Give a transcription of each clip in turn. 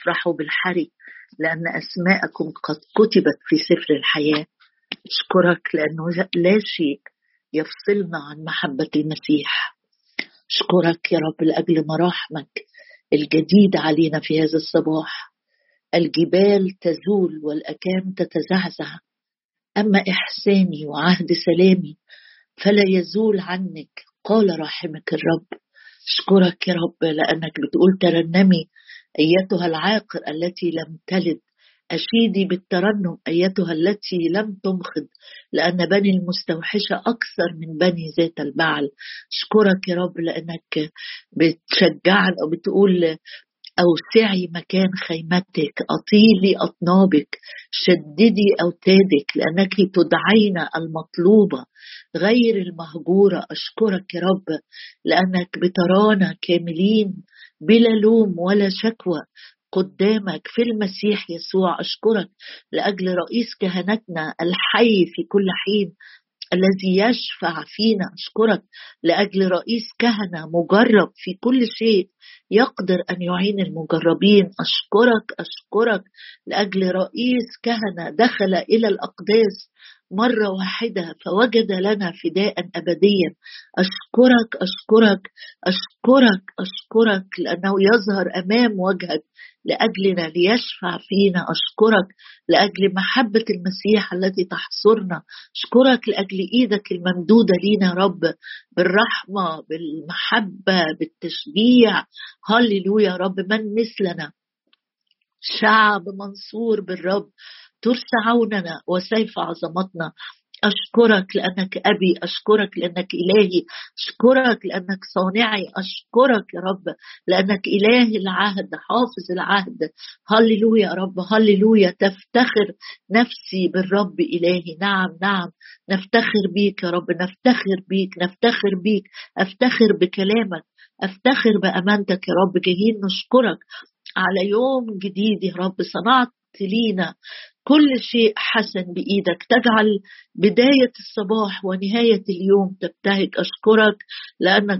افرحوا بالحري لأن أسماءكم قد كتبت في سفر الحياة. أشكرك لأنه لا شيء يفصلنا عن محبة المسيح. أشكرك يا رب لأجل مراحمك الجديد علينا في هذا الصباح. الجبال تزول والأكام تتزعزع، أما إحساني وعهد سلامي فلا يزول عنك، قال راحمك الرب. أشكرك يا رب لأنك بتقول ترنمي أيتها العاقر التي لم تلد، أشيدي بالترنم أيتها التي لم تمخض، لأن بني المستوحشة أكثر من بني ذات البعل. أشكرك يا رب لأنك بتشجعنا وبتقول أوسعي مكان خيمتك، أطيلي أطنابك، شددي أوتادك، لأنك تدعين المطلوبة غير المهجورة. أشكرك يا رب لأنك بترانا كاملين بلا لوم ولا شكوى قدامك في المسيح يسوع. أشكرك لأجل رئيس كهنتنا الحي في كل حين الذي يشفع فينا. أشكرك لأجل رئيس كهنة مجرب في كل شيء يقدر أن يعين المجربين. أشكرك لأجل رئيس كهنة دخل إلى الأقداس مرة واحدة فوجد لنا فداء أبديا. أشكرك لأنه يظهر أمام وجهك لأجلنا ليشفع فينا. أشكرك لأجل محبة المسيح التي تحصرنا. أشكرك لأجل إيدك الممدودة لينا يا رب، بالرحمة بالمحبة بالتشجيع. هللويا يا رب، من مثلنا شعب منصور بالرب، ترس عوننا وسيف عظمتنا. أشكرك لأنك أبي، أشكرك لأنك إلهي، أشكرك لأنك صانعي. أشكرك يا رب لأنك إله العهد حافظ العهد. هللويا يا رب، هللويا. تفتخر نفسي بالرب إلهي. نعم نفتخر بيك يا رب، نفتخر بيك. أفتخر بكلامك، أفتخر بأمانتك يا رب. جايين نشكرك على يوم جديد يا رب صنعت لينا كل شيء حسن بإيدك، تجعل بداية الصباح ونهاية اليوم تبتهج. أشكرك لأنك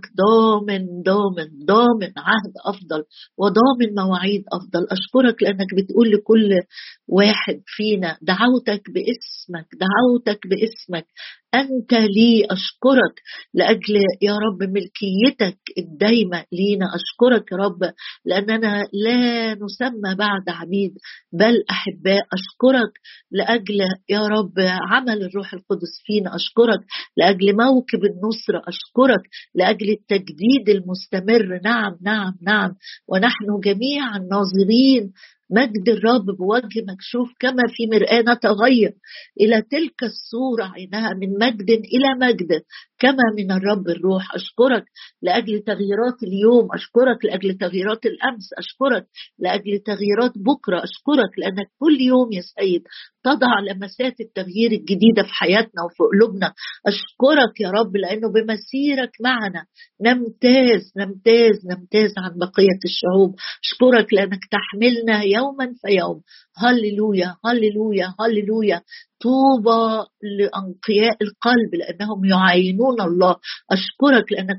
ضامن عهد أفضل وضامن مواعيد أفضل. أشكرك لأنك بتقول لكل واحد فينا دعوتك باسمك أنت لي. أشكرك لأجل يا رب ملكيتك الدايمة لينا. أشكرك يا رب لأننا لا نسمى بعد عبيد بل أحباء. أشكرك لأجل يا رب عمل الروح القدس فينا. أشكرك لأجل موكب النصرة. أشكرك لأجل التجديد المستمر. نعم ونحن جميعا ناظرين مجد الرب بوجه مكشوف كما في مرآة نتغير إلى تلك الصورة عينها من مجد إلى مجد كما من الرب الروح. أشكرك لأجل تغييرات اليوم، أشكرك لأجل تغييرات الأمس، أشكرك لأجل تغييرات بكرة. أشكرك لأنك كل يوم يا سيد تضع لمسات التغيير الجديدة في حياتنا وفي قلوبنا. أشكرك يا رب لأنه بمسيرك معنا نمتاز عن بقية الشعوب. أشكرك لأنك تحملنا يوما فيوم. هللويا. طوبى لأنقياء القلب لأنهم يعاينون الله. أشكرك لأنك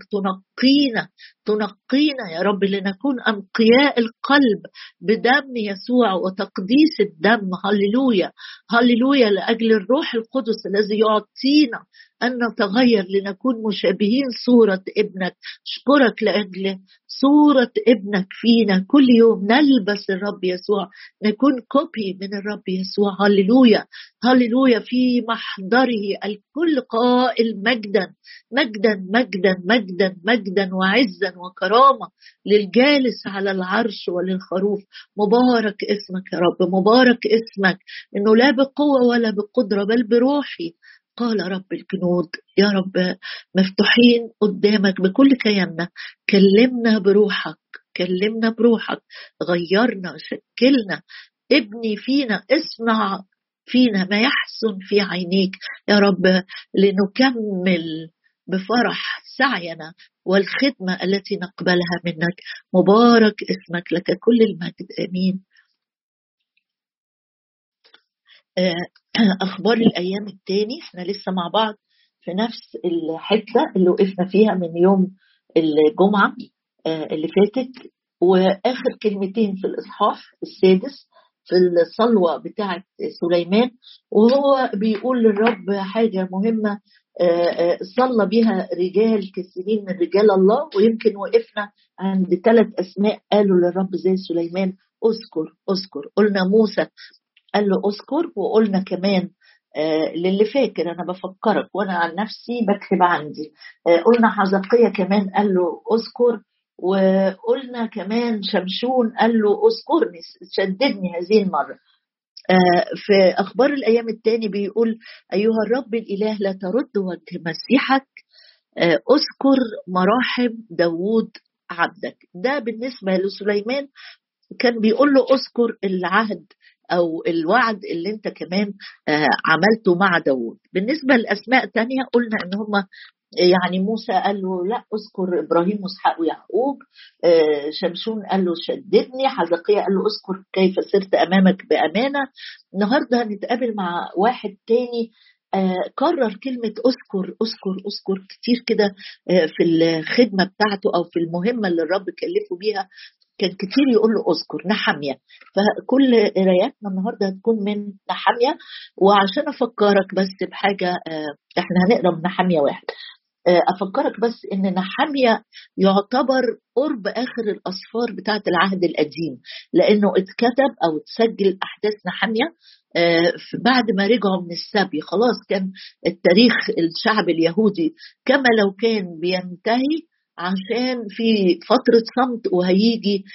تنقينا يا رب لنكون أنقياء القلب بدم يسوع وتقديس الدم. هللويا لأجل الروح القدس الذي يعطينا أن نتغير لنكون مشابهين صورة ابنك. أشكرك لأجل صورة ابنك فينا كل يوم نلبس الرب يسوع، نكون كوبي من الرب يسوع. هللويا في محضره الكل قائل مجدا وعزا وكرامة للجالس على العرش وللخروف. مبارك اسمك يا رب، مبارك اسمك إنه لا بقوة ولا بقدرة بل بروحي قال رب الجنود. يا رب مفتوحين قدامك بكل كياننا. كلمنا بروحك، غيرنا، شكلنا، ابني فينا، اصنع فينا ما يحسن في عينيك يا رب لنكمل بفرح سعينا والخدمة التي نقبلها منك. مبارك اسمك، لك كل المجد. آمين. أخبار الأيام التاني، احنا لسه مع بعض في نفس الحتة اللي وقفنا فيها من يوم الجمعة اللي فاتت، واخر كلمتين في الاصحاح السادس في الصلوه بتاعه سليمان، وهو بيقول للرب حاجه مهمه صلى بيها رجال كثيرين من رجال الله. ويمكن وقفنا عند 3 أسماء قالوا للرب زي سليمان اذكر اذكر. قلنا موسى قال له اذكر، وقلنا كمان للي فاكر انا بفكرك وانا عن نفسي بكتب عندي. قلنا حزقية كمان قال له اذكر، وقلنا كمان شمشون قال له اذكرني شددني هذه المرة. في أخبار الأيام الثاني بيقول أيها الرب الإله لا ترد وجه مسيحك، أذكر مراحم داود عبدك. ده بالنسبة لسليمان كان بيقول له أذكر العهد أو الوعد اللي انت كمان عملته مع داود. بالنسبة لأسماء تانية قلنا ان هم يعني موسى قال له لا اذكر ابراهيم واسحاق ويعقوب، شمشون قال له شددني، حزقية قال له اذكر كيف سرت امامك بامانه. النهارده هنتقابل مع واحد تاني كرر كلمه اذكر اذكر اذكر كتير كده في الخدمه بتاعته او في المهمه اللي الرب كلفه بيها، كان كتير يقول له اذكر. نحمية. فكل قراياتنا النهارده هتكون من نحمية. وعشان افكرك بس بحاجه، احنا هنقرا من نحمية 1. أفكرك بس إن نحمية يعتبر قرب آخر الأسفار بتاعة العهد القديم، لأنه اتكتب أو تسجل أحداث نحمية بعد ما رجعوا من السبي. خلاص كان التاريخ الشعب اليهودي كما لو كان بينتهي، عشان في فترة صمت وهيجي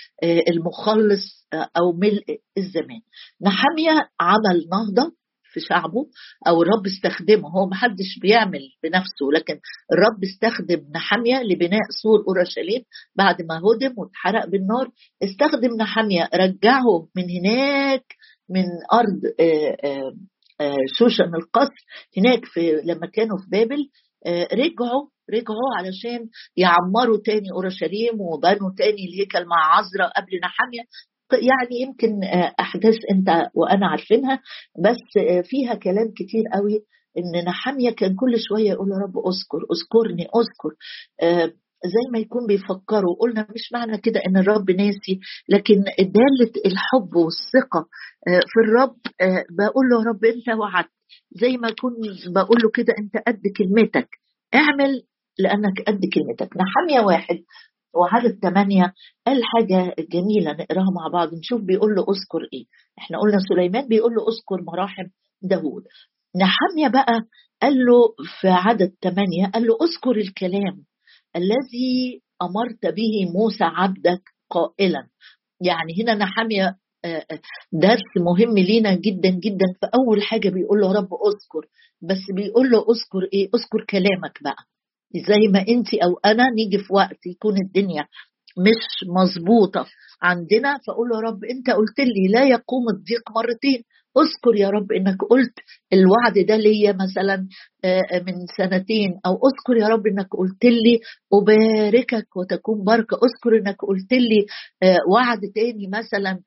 المخلص أو ملء الزمان. نحمية عمل نهضة في شعبه، او الرب استخدمه. هو محدش بيعمل بنفسه، لكن الرب استخدم نحمية لبناء سور اورشليم بعد ما هدم واتحرق بالنار. استخدم نحمية رجعه من هناك من ارض شوشن القصر هناك لما كانوا في بابل. رجعوا علشان يعمروا تاني اورشليم وبنوا تاني الهيكل مع عزرا قبل نحمية. يعني يمكن أحداث أنت وأنا عارفينها، بس فيها كلام كتير قوي. إن نحمية كان كل شوية يقول يا رب أذكر أذكرني أذكر، زي ما يكون بيفكروا. قلنا مش معنى كده إن الرب ناسي، لكن دالة الحب والثقة في الرب. بقول له يا رب أنت وعدت، زي ما كنت بقول له كده أنت قد كلمتك، اعمل لأنك قد كلمتك. نحمية 1 وعدد 8 قال حاجة جميلة نقراها مع بعض نشوف بيقول له أذكر إيه. إحنا قلنا سليمان بيقول له أذكر مراحم داود. نحمية بقى قال له في عدد 8 قال له أذكر الكلام الذي أمرت به موسى عبدك قائلا. يعني هنا نحمية درس مهم لينا جدا جدا. فأول حاجة بيقول له رب أذكر، بس بيقول له أذكر إيه؟ أذكر كلامك بقى. زي ما انت او انا نيجي في وقت يكون الدنيا مش مظبوطة عندنا، فقول يا رب انت قلت لي لا يقوم الضيق مرتين. اذكر يا رب انك قلت الوعد ده ليا مثلا من 2 سنين، او اذكر يا رب انك قلت لي اباركك وتكون بركة. اذكر انك قلت لي وعد تاني مثلا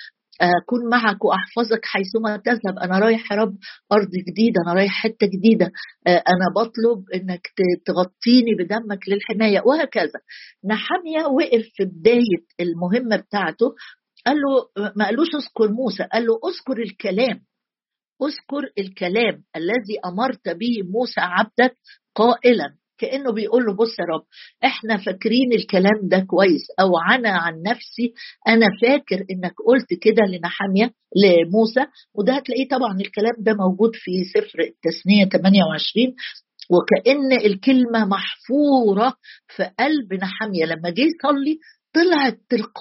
أكون معك وأحفظك حيثما تذهب. أنا رايح يا رب أرض جديدة، أنا رايح حتة جديدة، أنا بطلب أنك تغطيني بدمك للحماية، وهكذا. نحمية وقف في بداية المهمة بتاعته قال له، ما قالوش اذكر موسى، قال له اذكر الكلام، اذكر الكلام الذي أمرت به موسى عبدك قائلا. كأنه بيقول له بص يا رب احنا فاكرين الكلام ده كويس، او انا عن نفسي انا فاكر انك قلت كده لنحمية لموسى. وده هتلاقيه طبعا الكلام ده موجود في سفر التثنية 28. وكأن الكلمة محفورة في قلب نحمية، لما جه يصلي طلعت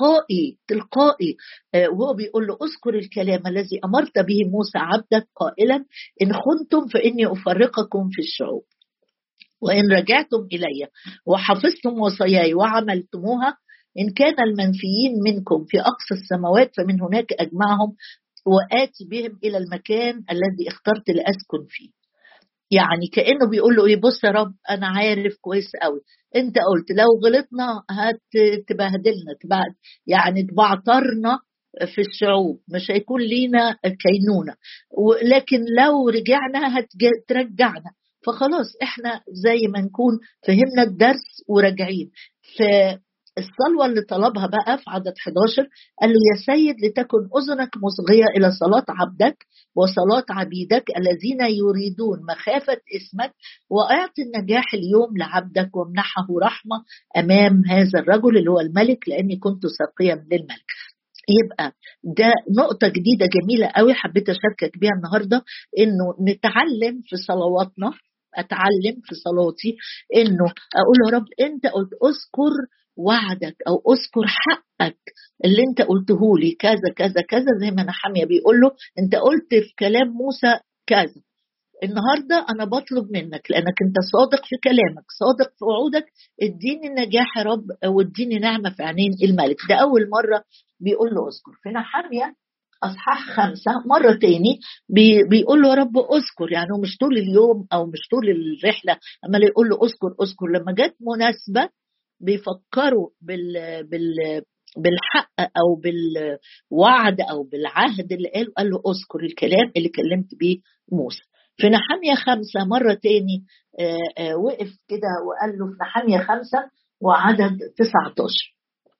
تلقائي وهو بيقول له اذكر الكلام الذي أمرت به موسى عبدك قائلا إن خنتم فإني أفرقكم في الشعوب، وإن رجعتم إلي وحفظتم وصاياي وعملتموها، إن كان المنفيين منكم في أقصى السماوات فمن هناك أجمعهم وآتي بهم إلى المكان الذي اخترت لأسكن فيه. يعني كأنه بيقول له إيه، بص يا رب أنا عارف كويس قوي أنت قلت لو غلطنا هتبهدلنا، يعني تبعترنا في الشعوب، مش هيكون لينا كينونة، لكن لو رجعنا هترجعنا. فخلاص احنا زي ما نكون فهمنا الدرس وراجعين. الصلوة اللي طلبها بقى في عدد 11، قال له يا سيد لتكن أذنك مصغية إلى صلاة عبدك وصلاة عبيدك الذين يريدون مخافة اسمك، وأعطي النجاح اليوم لعبدك وامنحه رحمة أمام هذا الرجل اللي هو الملك لأني كنت ساقيا للملك. يبقى ده نقطة جديدة جميلة قوي حبيت أشاركك بيها النهاردة، إنه نتعلم في صلواتنا، أتعلم في صلاتي إنه أقول يا رب أنت قلت أذكر وعدك أو أذكر حقك اللي أنت قلته لي كذا كذا كذا، زي ما نحمية بيقول له أنت قلت في كلام موسى كذا، النهاردة أنا بطلب منك لأنك أنت صادق في كلامك صادق في وعودك، اديني النجاح يا رب واديني نعمة في عينين الملك. ده أول مرة بيقول له أذكر. في نحمية أصحاح 5 مرة تاني بيقول له يا رب أذكر، يعني مش طول اليوم أو مش طول الرحلة، أما يقول له أذكر أذكر لما جت مناسبة بيفكروا بالحق أو بالوعد أو بالعهد اللي قال له أذكر الكلام اللي كلمت بيه موسى. في نحمية 5 مرة تاني وقف كده وقال له في نحمية 5 وعدد 19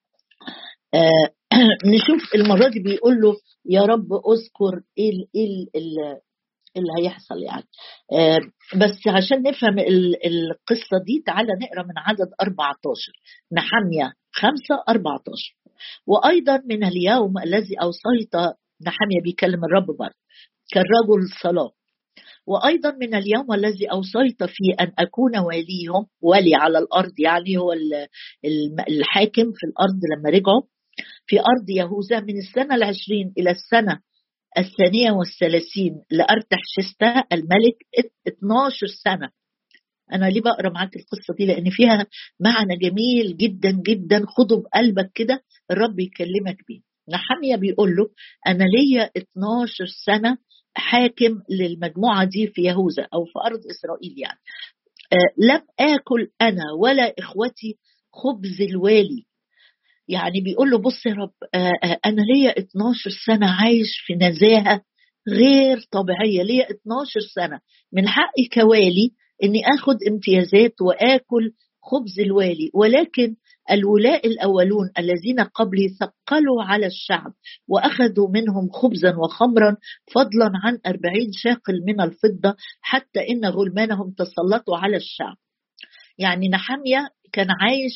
نشوف المرة دي بيقول له يا رب أذكر إيه اللي هيحصل يعني. بس عشان نفهم القصة دي تعالى نقرأ من عدد 14 نحمية 5:14. وأيضا من اليوم الذي أوصيت، نحمية بيكلم الرب برضه كالرجل صلاة، وأيضا من اليوم الذي أوصيت فيه أن أكون واليهم، ولي على الأرض يعني هو الحاكم في الأرض لما رجعوا في أرض يهوذا من السنة 20 إلى السنة 32 لأرتح شستا الملك 12 سنة. أنا ليه بقرأ معاك القصة دي؟ لأن فيها معنى جميل جدا جدا، خده بقلبك كده الرب يكلمك بيه. نحمية بيقول له أنا ليا 12 سنة حاكم للمجموعة دي في يهوذا أو في أرض إسرائيل يعني. لم آكل أنا ولا إخوتي خبز الوالي. يعني بيقول له بص يا رب أنا ليا 12 سنة عايش في نزاهة غير طبيعية، ليا 12 سنة من حقي كوالي أني أخذ امتيازات وآكل خبز الوالي، ولكن الولاء الأولون الذين قبلي ثقلوا على الشعب وأخذوا منهم خبزا وخمرا فضلا عن 40 شاقل من الفضة، حتى إن غلمانهم تسلطوا على الشعب. يعني نحمية كان عايش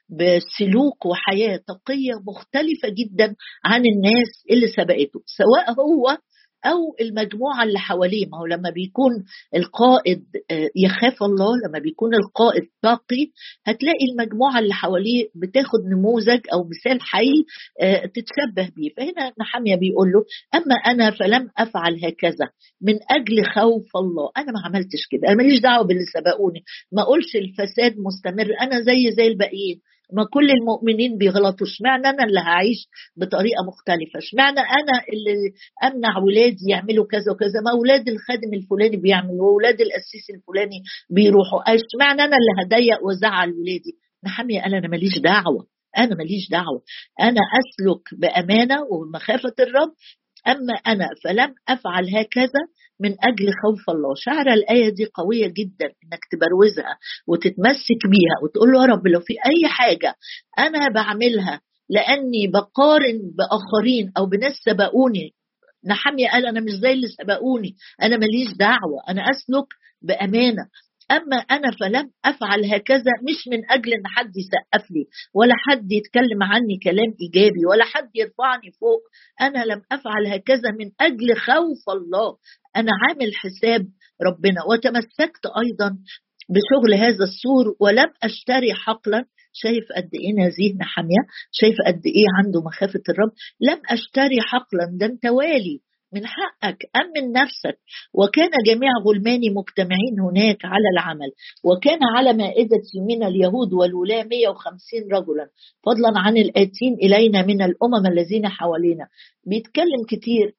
بسلوك وحياة تقية مختلفة جدا عن الناس اللي سبقته، سواء هو أو المجموعة اللي حواليه. ما هو لما بيكون القائد يخاف الله، لما بيكون القائد تقي، هتلاقي المجموعة اللي حواليه بتاخد نموذج أو مثال حي تتشبه بيه. فهنا نحمية بيقول له أما أنا فلم أفعل هكذا من أجل خوف الله. أنا ما عملتش كده، أنا ماليش دعوة باللي سبقوني، ما أقولش الفساد مستمر، أنا زي الباقيين، ما كل المؤمنين بيغلطوا، اشمعنى انا اللي هعيش بطريقه مختلفه؟ اشمعنى انا اللي امنع ولادي يعملوا كذا وكذا؟ ما اولاد الخادم الفلاني بيعملوا واولاد القسيس الفلاني بيروحوا، اشمعنى انا اللي هضيق وازعل ولادي؟ نحمية قال انا ماليش دعوه، انا ماليش دعوه، انا اسلك بامانه ومخافه الرب، اما انا فلم افعل هكذا من أجل خوف الله. شعر الآية دي قوية جدا إنك تبروزها وتتمسك بيها وتقول له يا رب لو في أي حاجة أنا بعملها لأني بقارن بآخرين أو بناس سبقوني، نحمية قال أنا مش زي اللي سبقوني، أنا ماليش دعوة، أنا أسلك بأمانة. أما أنا فلم أفعل هكذا مش من أجل أن حد يسقف لي ولا حد يتكلم عني كلام إيجابي ولا حد يرفعني فوق، أنا لم أفعل هكذا من أجل خوف الله، أنا عامل حساب ربنا. وتمسكت أيضا بشغل هذا السور ولم أشتري حقلا. شايف قد إيه نزيه نحمية، شايف قد إيه عنده مخافة الرب. لم أشتري حقلا، ده أنت والي، من حقك أمن نفسك. وكان جميع غلماني مجتمعين هناك على العمل، وكان على مائدة يمين اليهود والولاة 150 رجلا فضلا عن الآتين إلينا من الأمم الذين حوالينا. بيتكلم كتير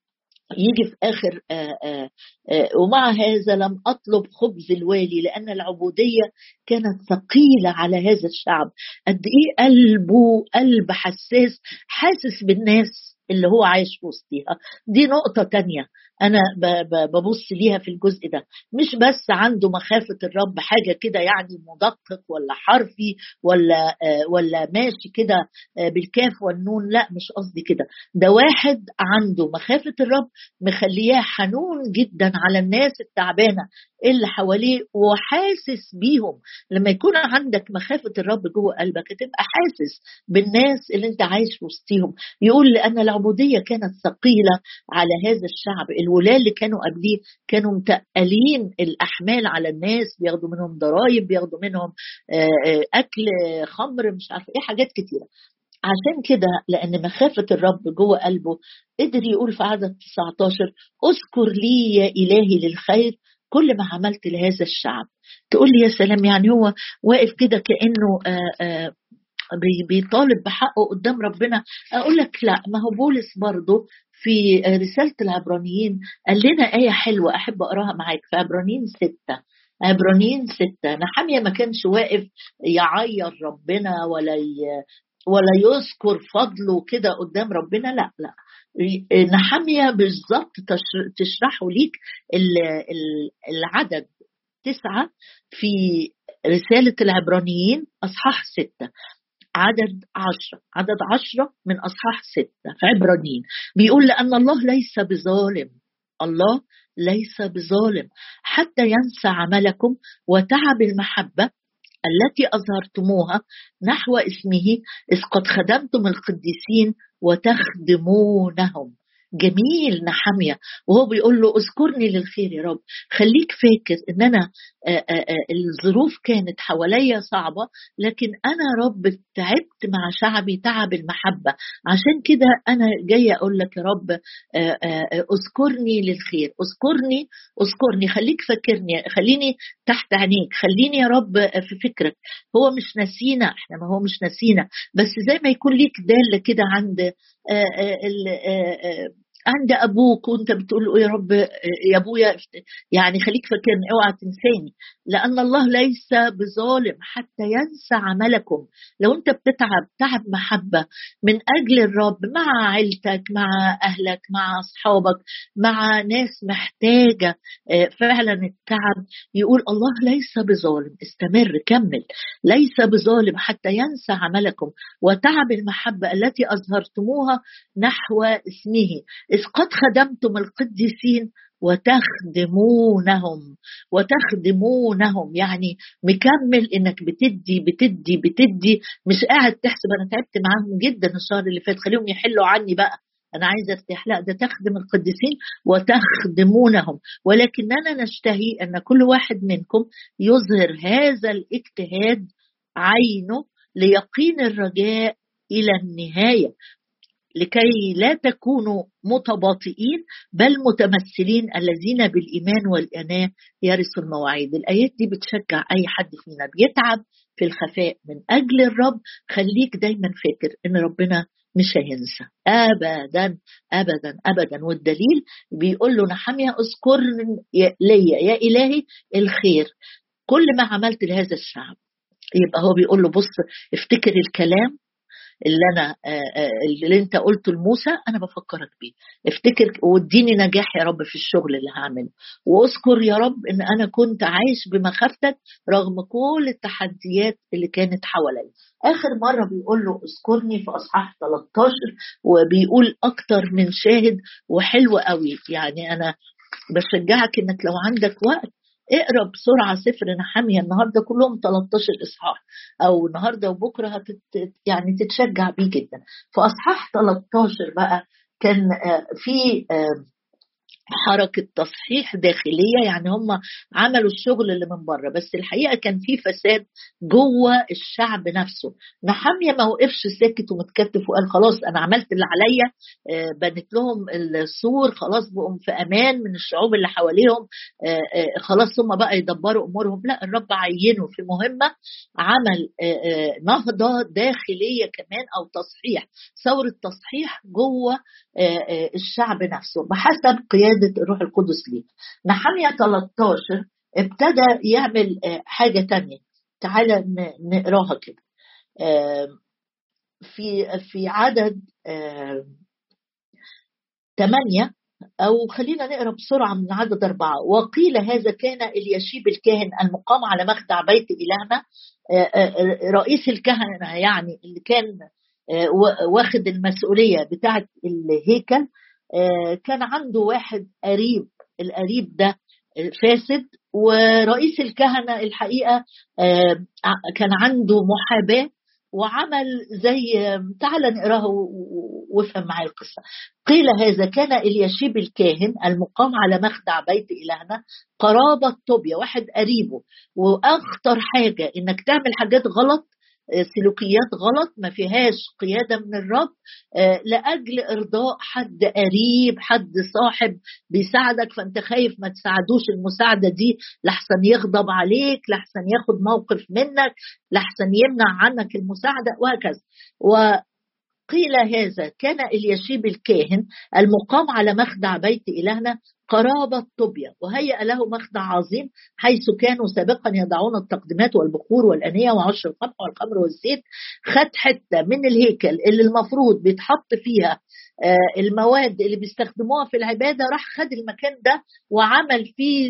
يجي في آخر ومع هذا لم أطلب خبز الوالي لأن العبودية كانت ثقيلة على هذا الشعب. قد إيه قلبه قلب حساس، حاسس بالناس اللي هو عايش في وسطها. دي نقطة تانية، أنا ببص ليها في الجزء ده. مش بس عنده مخافة الرب حاجة كده يعني مدقق ولا حرفي ولا ماشي كده بالكاف والنون، لا مش قصدي كده. ده واحد عنده مخافة الرب مخلياه حنون جدا على الناس التعبانة اللي حواليه وحاسس بيهم. لما يكون عندك مخافة الرب جوه قلبك هتبقى حاسس بالناس اللي انت عايش وسطيهم. يقول لأن العبودية كانت ثقيلة على هذا الشعب. الولاة اللي كانوا قبليه كانوا متقلين الأحمال على الناس، بياخدوا منهم ضرائب، بياخدوا منهم أكل، خمر، مش عارفة إيه، حاجات كتيرة. عشان كده لأن مخافة الرب جوه قلبه قدر يقول في عدد 19 اذكر لي يا إلهي للخير كل ما عملت لهذا الشعب. تقول لي يا سلام، يعني هو واقف كده كأنه بيطالب بحقه قدام ربنا. أقول لك لا، ما هو بولس برضه في رسالة العبرانيين قال لنا آية حلوة أحب أقراها معاك في عبرانيين 6. عبرانيين 6 نحمية ما كانش واقف يعير ربنا ولا يذكر فضله كده قدام ربنا، لا لا. نحمية بالظبط تشرحه ليك العدد 9 في رسالة العبرانيين أصحاح 6 عدد 10 من أصحاح 6 في عبرانيين. بيقول لأن الله ليس بظالم، الله ليس بظالم حتى ينسى عملكم وتعب المحبة التي أظهرتموها نحو اسمه إذ قد خدمتم القديسين وتخدمونهم. جميل نحمية وهو بيقول له اذكرني للخير يا رب. خليك فاكر ان انا الظروف كانت حواليا صعبة، لكن انا رب تعبت مع شعبي تعب المحبة. عشان كده انا جاية اقول لك يا رب اذكرني للخير، اذكرني، خليك فاكرني، خليني تحت عينيك، خليني يا رب في فكرك. هو مش نسينا، احنا ما هو مش نسينا، بس زي ما يكون ليك دالة كده عند ابوك وانت بتقول له يا رب يا ابويا، يعني خليك فاكرني، اوعى تنساني. لان الله ليس بظالم حتى ينسى عملكم. لو انت بتتعب تعب محبه من اجل الرب مع عيلتك، مع اهلك، مع اصحابك، مع ناس محتاجه فعلا التعب، يقول الله ليس بظالم. استمر كمل. ليس بظالم حتى ينسى عملكم وتعب المحبه التي اظهرتموها نحو اسمه إذ قد خدمتم القديسين وتخدمونهم. يعني مكمل انك بتدي، مش قاعد تحسب انا تعبت معاهم جدا الشهر اللي فات خليهم يحلوا عني بقى انا عايزه ارتاح. لا، ده تخدم القديسين وتخدمونهم. ولكننا نشتهي ان كل واحد منكم يظهر هذا الاجتهاد عينه ليقين الرجاء الى النهايه، لكي لا تكونوا متباطئين بل متمثلين الذين بالإيمان والإناة يرثوا المواعيد. الآيات دي بتشجع أي حد فينا بيتعب في الخفاء من أجل الرب. خليك دايما فاكر إن ربنا مش هينسى أبدا أبدا أبدا. والدليل بيقول له نحمية اذكر لي يا إلهي الخير كل ما عملت لهذا الشعب. يبقى هو بيقول له بص، افتكر الكلام اللي انت قلته لموسى انا بفكرك بيه. افتكر واديني نجاح يا رب في الشغل اللي هعمله، واذكر يا رب ان انا كنت عايش بمخافتك رغم كل التحديات اللي كانت حواليا. اخر مره بيقول له اذكرني في اصحاح 13 وبيقول اكتر من شاهد وحلو قوي. يعني انا بشجعك انك لو عندك وقت اقرا بسرعه سفر نحمية. النهارده كلهم 13 اصحاح، او النهارده وبكره يعني تتشجع بيه جدا. في اصحاح 13 بقى كان في حركة تصحيح داخلية، يعني هم عملوا الشغل اللي من بره، بس الحقيقة كان في فساد جوه الشعب نفسه. نحمية ما وقفش ساكت ومتكتف وقال خلاص أنا عملت اللي عليا، بنت لهم السور، خلاص بقوا في أمان من الشعوب اللي حواليهم، خلاص هم بقى يدبروا أمورهم. لا، الرب عينه في مهمة، عمل نهضة داخلية كمان أو تصحيح، ثورة تصحيح جوه الشعب نفسه بحسب قيادة الروح القدس ليه. نحمية 13 ابتدى يعمل حاجة تانية. تعالى نقراها كده في عدد 8 أو خلينا نقرأ بسرعة من عدد 4. وقيل هذا كان اليشيب الكاهن المقام على مخدع بيت إلهنا. رئيس الكهنة يعني اللي كان واخد المسؤولية بتاعة الهيكل، كان عنده واحد قريب، القريب ده فاسد. ورئيس الكهنة الحقيقة كان عنده محاباة وعمل زي، تعال نقراه وافهم معي القصة. قيل هذا كان اليشيب الكاهن المقام على مخدع بيت إلهنا قرابة طوبيا، واحد قريبه. وأخطر حاجة إنك تعمل حاجات غلط، سلوكيات غلط ما فيهاش قيادة من الرب، لأجل إرضاء حد قريب، حد صاحب بيساعدك، فأنت خايف ما تساعدوش المساعدة دي لحسن يغضب عليك، لحسن ياخد موقف منك، لحسن يمنع عنك المساعدة وهكذا. قيل هذا كان اليشيب الكاهن المقام على مخدع بيت إلهنا قرابة طوبيا، وهيأ له مخدع عظيم حيث كانوا سابقا يضعون التقدمات والبخور والأنية وعشر القمح والخمر والزيت. خد حتة من الهيكل اللي المفروض بيتحط فيها المواد اللي بيستخدموها في العبادة، راح خد المكان ده وعمل فيه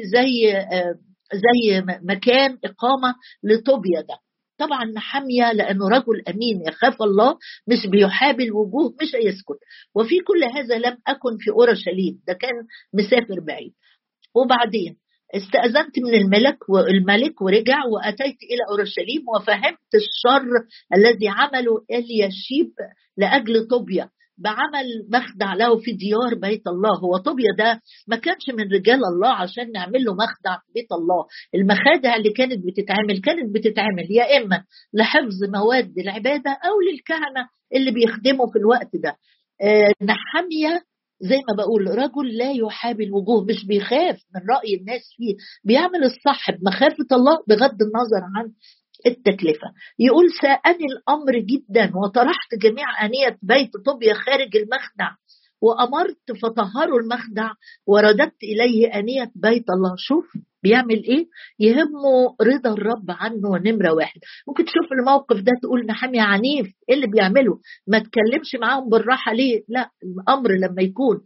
زي مكان إقامة لطوبيا ده. طبعا نحمية لأنه رجل أمين يخاف الله، مش بيحابي الوجوه، مش هيسكت. وفي كل هذا لم أكن في أورشليم، ده كان مسافر بعيد. وبعدين استأذنت من الملك ورجع، وأتيت إلى أورشليم وفهمت الشر الذي عمله اليشيب لأجل طوبيا بعمل مخدع له في ديار بيت الله. هو طوبيا ده ما كانش من رجال الله عشان نعمل له مخدع في بيت الله. المخادع اللي كانت بتتعمل يا إما لحفظ مواد العبادة أو للكهنة اللي بيخدموا في الوقت ده. نحمية زي ما بقول رجل لا يحابي الوجوه، مش بيخاف من رأي الناس فيه، بيعمل الصح بمخافة الله بغض النظر عن التكلفة. يقول ساءني الأمر جدا وطرحت جميع آنية بيت طوبيا خارج المخدع وأمرت فطهروا المخدع ورددت إليه آنية بيت الله. شوف بيعمل إيه؟ يهمه رضا الرب عنه نمرة واحد. ممكن تشوف الموقف ده تقول نحمية عنيف، إيه اللي بيعمله؟ ما تكلمش معاهم بالراحة ليه؟ لا، الأمر لما يكون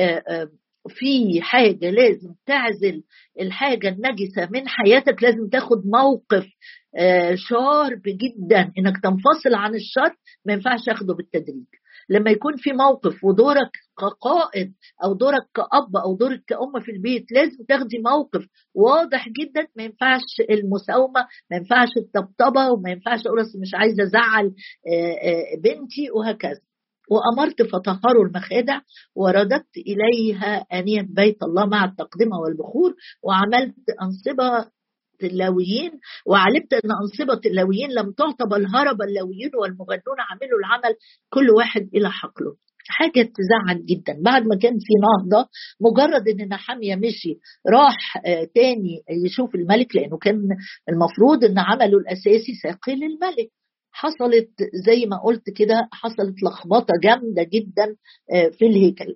في حاجة لازم تعزل الحاجة النجسة من حياتك، لازم تاخد موقف شارب جدا انك تنفصل عن الشر، ما ينفعش اخده بالتدريج. لما يكون في موقف ودورك كقائد او دورك كأب او دورك كأم في البيت، لازم تاخدي موقف واضح جدا. ما ينفعش المساومة، ما ينفعش الطبطبة، وما ينفعش اقول مش عايزة ازعل بنتي وهكذا. وأمرت فطهروا المخادع ورددت إليها آنية بيت الله مع التقدمة والبخور، وعملت أنصبة اللاويين. وعلمت أن أنصبة اللاويين لم تعطى، الهرب اللاويين والمغنون عملوا العمل كل واحد إلى حقله. حاجة تزعل جدا. بعد ما كان في نهضة، مجرد ان نحمية مشي راح تاني يشوف الملك، لأنه كان المفروض ان عمله الأساسي ساقي للملك. حصلت زي ما قلت كده، حصلت لخبطة جامدة جدا في الهيكل.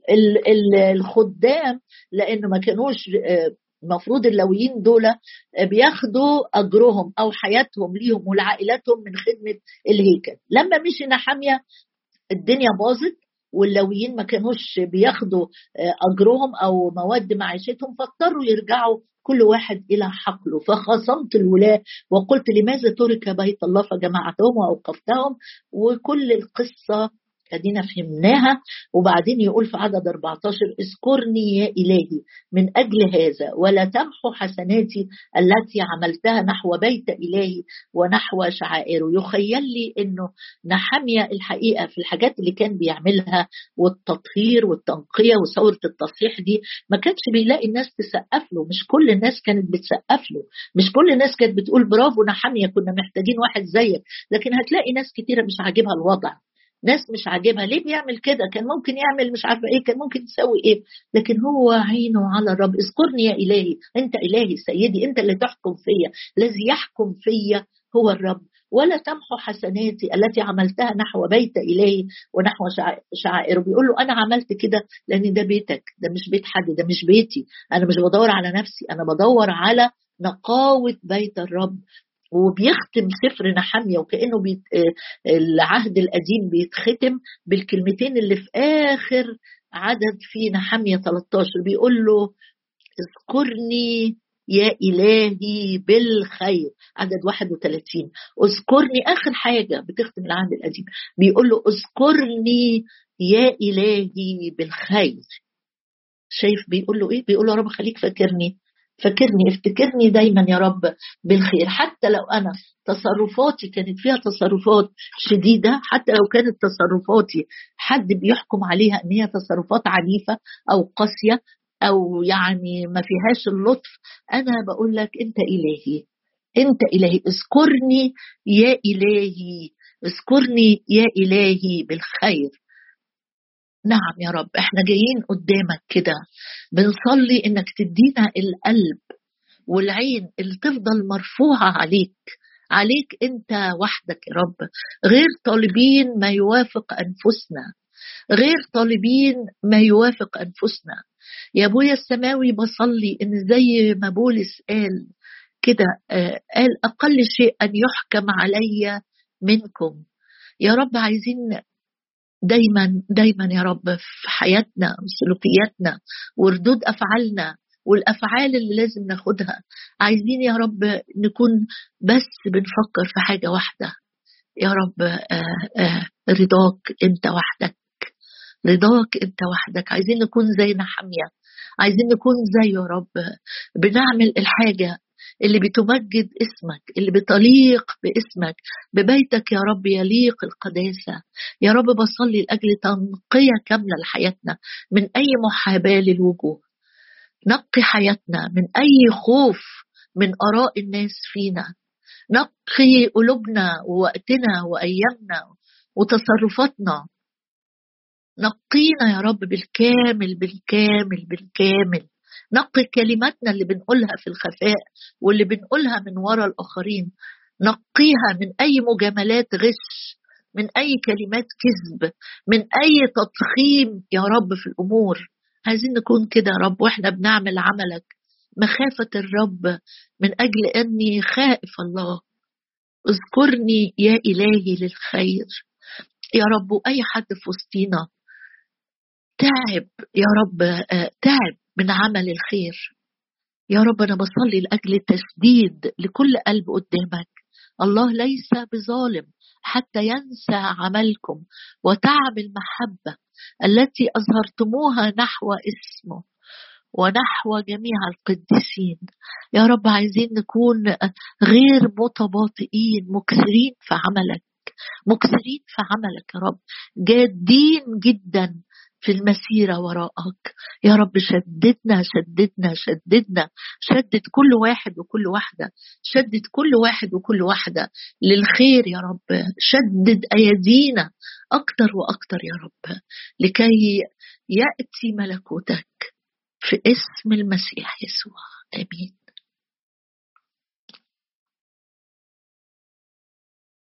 الخدام لأنه ما كانوش المفروض اللاويين دول بياخدوا أجرهم أو حياتهم ليهم ولعائلاتهم من خدمة الهيكل. لما مشي نحمية الدنيا باظت، واللاويين ما كانوش بياخدوا أجرهم أو مواد معيشتهم، فاضطروا يرجعوا كل واحد إلى حقله. فخصمت الولاة وقلت لماذا ترك بيت الله، فجمعتهم وأوقفتهم. وكل القصة ادينا فهمناها. وبعدين يقول في عدد 14 اذكرني يا إلهي من أجل هذا ولا تمحو حسناتي التي عملتها نحو بيت إلهي ونحو شعائره. يخيل لي أنه نحمية الحقيقة في الحاجات اللي كان بيعملها والتطهير والتنقية وثورة التصحيح دي ما كانش بيلاقي الناس تسقف له. مش كل الناس كانت بتسقف له، مش كل الناس كانت بتقول برافو نحمية كنا محتاجين واحد زيك. لكن هتلاقي ناس كتيرة مش عاجبها الوضع، ناس مش عاجبها ليه بيعمل كده، كان ممكن يعمل مش عارفه ايه، كان ممكن يسوي ايه. لكن هو عينه على الرب. اذكرني يا إلهي، انت إلهي سيدي، انت اللي تحكم فيا، الذي يحكم فيا هو الرب. ولا تمحو حسناتي التي عملتها نحو بيت إلهي ونحو شعائره. بيقول له أنا عملت كده لأن ده بيتك، ده مش بيت حد، ده مش بيتي. أنا مش بدور على نفسي، أنا بدور على نقاوة بيت الرب. وبيختم سفر نحمية وكأنه العهد القديم بيتختم بالكلمتين اللي في آخر عدد في نحمية 13 بيقول له اذكرني يا إلهي بالخير. عدد 31 اذكرني، آخر حاجة بتختم العهد القديم بيقول له اذكرني يا إلهي بالخير. شايف بيقول له إيه؟ بيقول له يا رب خليك فاكرني، فاكرني افتكرني دايما يا رب بالخير. حتى لو أنا تصرفاتي كانت فيها تصرفات شديدة، حتى لو كانت تصرفاتي حد بيحكم عليها ان هي تصرفات عنيفة او قاسية او يعني ما فيهاش اللطف، انا بقول لك انت الهي، انت الهي، اذكرني يا الهي، اذكرني يا الهي بالخير. نعم يا رب، احنا جايين قدامك كده بنصلي انك تدينا القلب والعين اللي تفضل مرفوعة عليك، عليك انت وحدك يا رب، غير طالبين ما يوافق انفسنا، غير طالبين ما يوافق انفسنا. يا ابويا السماوي بصلي ان زي ما بولس قال كده، قال اقل شيء ان يحكم علي منكم. يا رب عايزين دايما دايما يا رب في حياتنا وسلوكياتنا وردود أفعالنا والأفعال اللي لازم ناخدها، عايزين يا رب نكون بس بنفكر في حاجة واحدة يا رب، رضاك انت وحدك، رضاك انت وحدك. عايزين نكون زي نحمية، عايزين نكون زي يا رب بنعمل الحاجة اللي بتمجد اسمك، اللي بتليق باسمك، ببيتك يا رب يليق القداسة. يا رب بصلي لأجل تنقية كاملة لحياتنا من أي محاباة للوجوه، نقي حياتنا من أي خوف من آراء الناس فينا، نقي قلوبنا ووقتنا وأيامنا وتصرفاتنا، نقينا يا رب بالكامل بالكامل بالكامل. نقي كلماتنا اللي بنقولها في الخفاء واللي بنقولها من وراء الآخرين، نقيها من أي مجاملات غش، من أي كلمات كذب، من أي تضخيم يا رب في الأمور. عايزين نكون كده يا رب واحنا بنعمل عملك مخافة الرب، من أجل أني خائف الله. اذكرني يا إلهي للخير يا رب. وأي حد في وسطينا تعب يا رب، تعب من عمل الخير، يا رب أنا بصلي لأجل تسديد لكل قلب قدامك. الله ليس بظالم حتى ينسى عملكم وتعب المحبة التي أظهرتموها نحو اسمه ونحو جميع القديسين. يا رب عايزين نكون غير متباطئين، مكثرين في عملك، مكثرين في عملك يا رب، جادين جدا في المسيرة وراءك يا رب. شددنا شددنا شددنا، شدد كل واحد وكل واحدة، شدد كل واحد وكل واحدة للخير يا رب. شدد أيدينا أكتر وأكتر يا رب لكي يأتي ملكوتك في اسم المسيح يسوع، آمين.